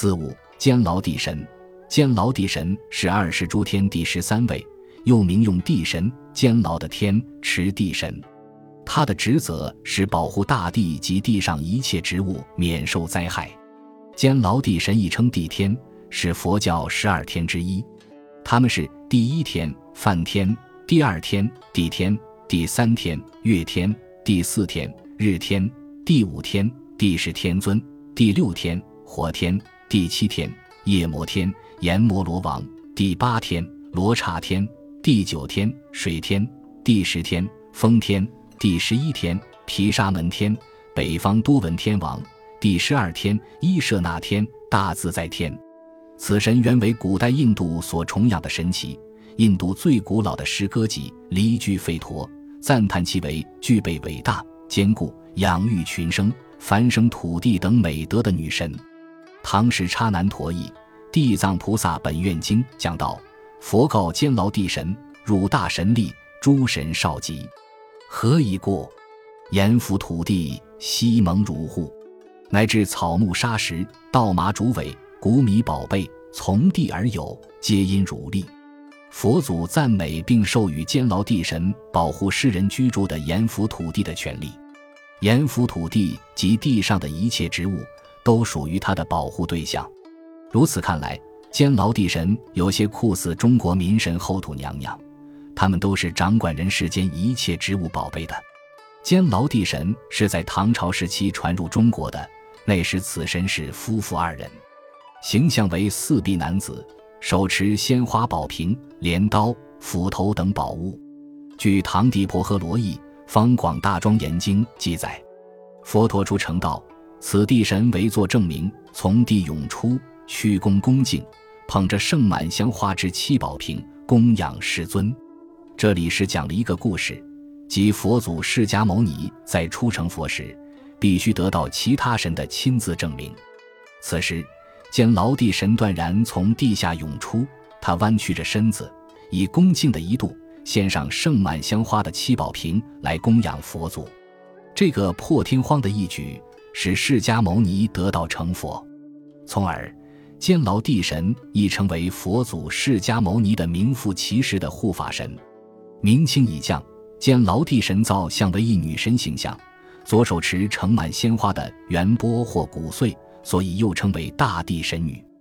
45监牢地神。监牢地神是20诸天第13位，又名用地神、监牢的天池地神。他的职责是保护大地及地上一切植物免受灾害。监牢地神亦称地天，是佛教12天之一。他们是第一天梵天，第二天地天，第三天月天，第四天日天，第五天地是天尊，第六天火天，第七天夜摩天阎摩罗王，第八天罗刹天，第九天水天，第10天风天，第11天毗沙门天，北方多闻天王，第12天伊舍那天，大自在天。此神原为古代印度所崇仰的神祇，印度最古老的诗歌集离居吠陀赞叹其为具备伟大、坚固、养育群生、繁生土地等美德的女神。唐时叉难陀译《地藏菩萨本愿经》讲道，佛告监牢地神，汝大神力，诸神少极，何以故？阎浮土地，悉蒙汝护，乃至草木沙石、稻麻竹苇、谷米宝贝，从地而有，皆因汝力。佛祖赞美并授予监牢地神保护世人居住的阎浮土地的权利。阎浮土地及地上的一切植物都属于他的保护对象。如此看来，监牢地神有些酷似中国民神后土娘娘，他们都是掌管人世间一切植物宝贝的。监牢地神是在唐朝时期传入中国的，那时此神是夫妇2人，形象为4臂男子，手持鲜花宝瓶、镰刀、斧头等宝物。据唐帝婆诃罗译《方广大庄严经》记载，佛陀出成道，此地神为作证明，从地涌出，屈躬恭敬，捧着盛满香花之7宝瓶，供养世尊。这里是讲了一个故事，即佛祖释迦牟尼在出成佛时，必须得到其他神的亲自证明。此时监牢地神断然从地下涌出，他弯曲着身子，以恭敬的仪度献上盛满香花的7宝瓶来供养佛祖。这个破天荒的一举使释迦牟尼得道成佛，从而监牢地神亦成为佛祖释迦牟尼的名副其实的护法神。明清以降，监牢地神造像为一女神形象，左手持盛满鲜花的圆钵或骨穗，所以又称为大地神女。